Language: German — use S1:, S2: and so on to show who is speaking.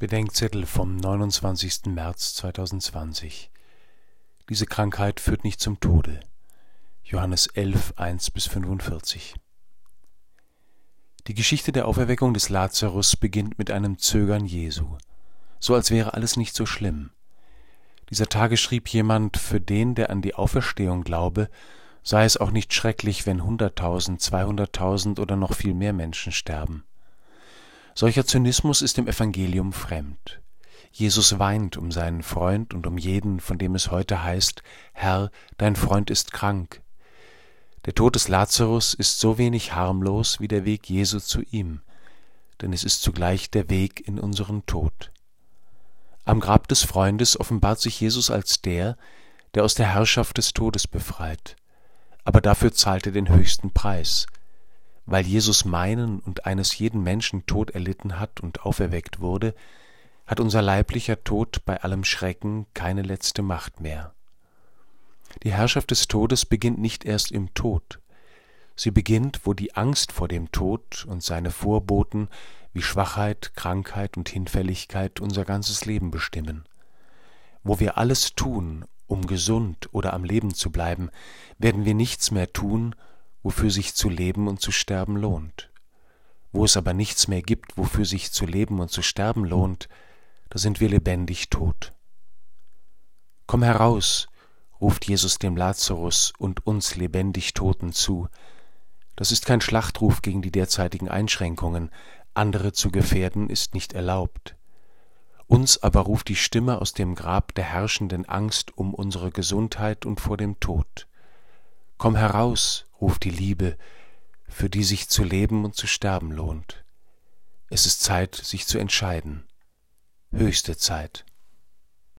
S1: Bedenkzettel vom 29. März 2020. Diese Krankheit führt nicht zum Tode. Johannes 11, 1-45. Die Geschichte der Auferweckung des Lazarus beginnt mit einem Zögern Jesu, so als wäre alles nicht so schlimm. Dieser Tage schrieb jemand, für den, der an die Auferstehung glaube, sei es auch nicht schrecklich, wenn 100.000, 200.000 oder noch viel mehr Menschen sterben. Solcher Zynismus ist dem Evangelium fremd. Jesus weint um seinen Freund und um jeden, von dem es heute heißt, Herr, dein Freund ist krank. Der Tod des Lazarus ist so wenig harmlos wie der Weg Jesu zu ihm, denn es ist zugleich der Weg in unseren Tod. Am Grab des Freundes offenbart sich Jesus als der aus der Herrschaft des Todes befreit, aber dafür zahlt er den höchsten Preis. Weil Jesus meinen und eines jeden Menschen Tod erlitten hat und auferweckt wurde, hat unser leiblicher Tod bei allem Schrecken keine letzte Macht mehr. Die Herrschaft des Todes beginnt nicht erst im Tod. Sie beginnt, wo die Angst vor dem Tod und seine Vorboten wie Schwachheit, Krankheit und Hinfälligkeit unser ganzes Leben bestimmen. Wo wir alles tun, um gesund oder am Leben zu bleiben, werden wir nichts mehr tun, wofür sich zu leben und zu sterben lohnt. Wo es aber nichts mehr gibt, wofür sich zu leben und zu sterben lohnt, da sind wir lebendig tot. Komm heraus, ruft Jesus dem Lazarus und uns lebendig Toten zu. Das ist kein Schlachtruf gegen die derzeitigen Einschränkungen, andere zu gefährden ist nicht erlaubt. Uns aber ruft die Stimme aus dem Grab der herrschenden Angst um unsere Gesundheit und vor dem Tod. Komm heraus, ruft die Liebe, für die sich zu leben und zu sterben lohnt. Es ist Zeit, sich zu entscheiden. Höchste Zeit.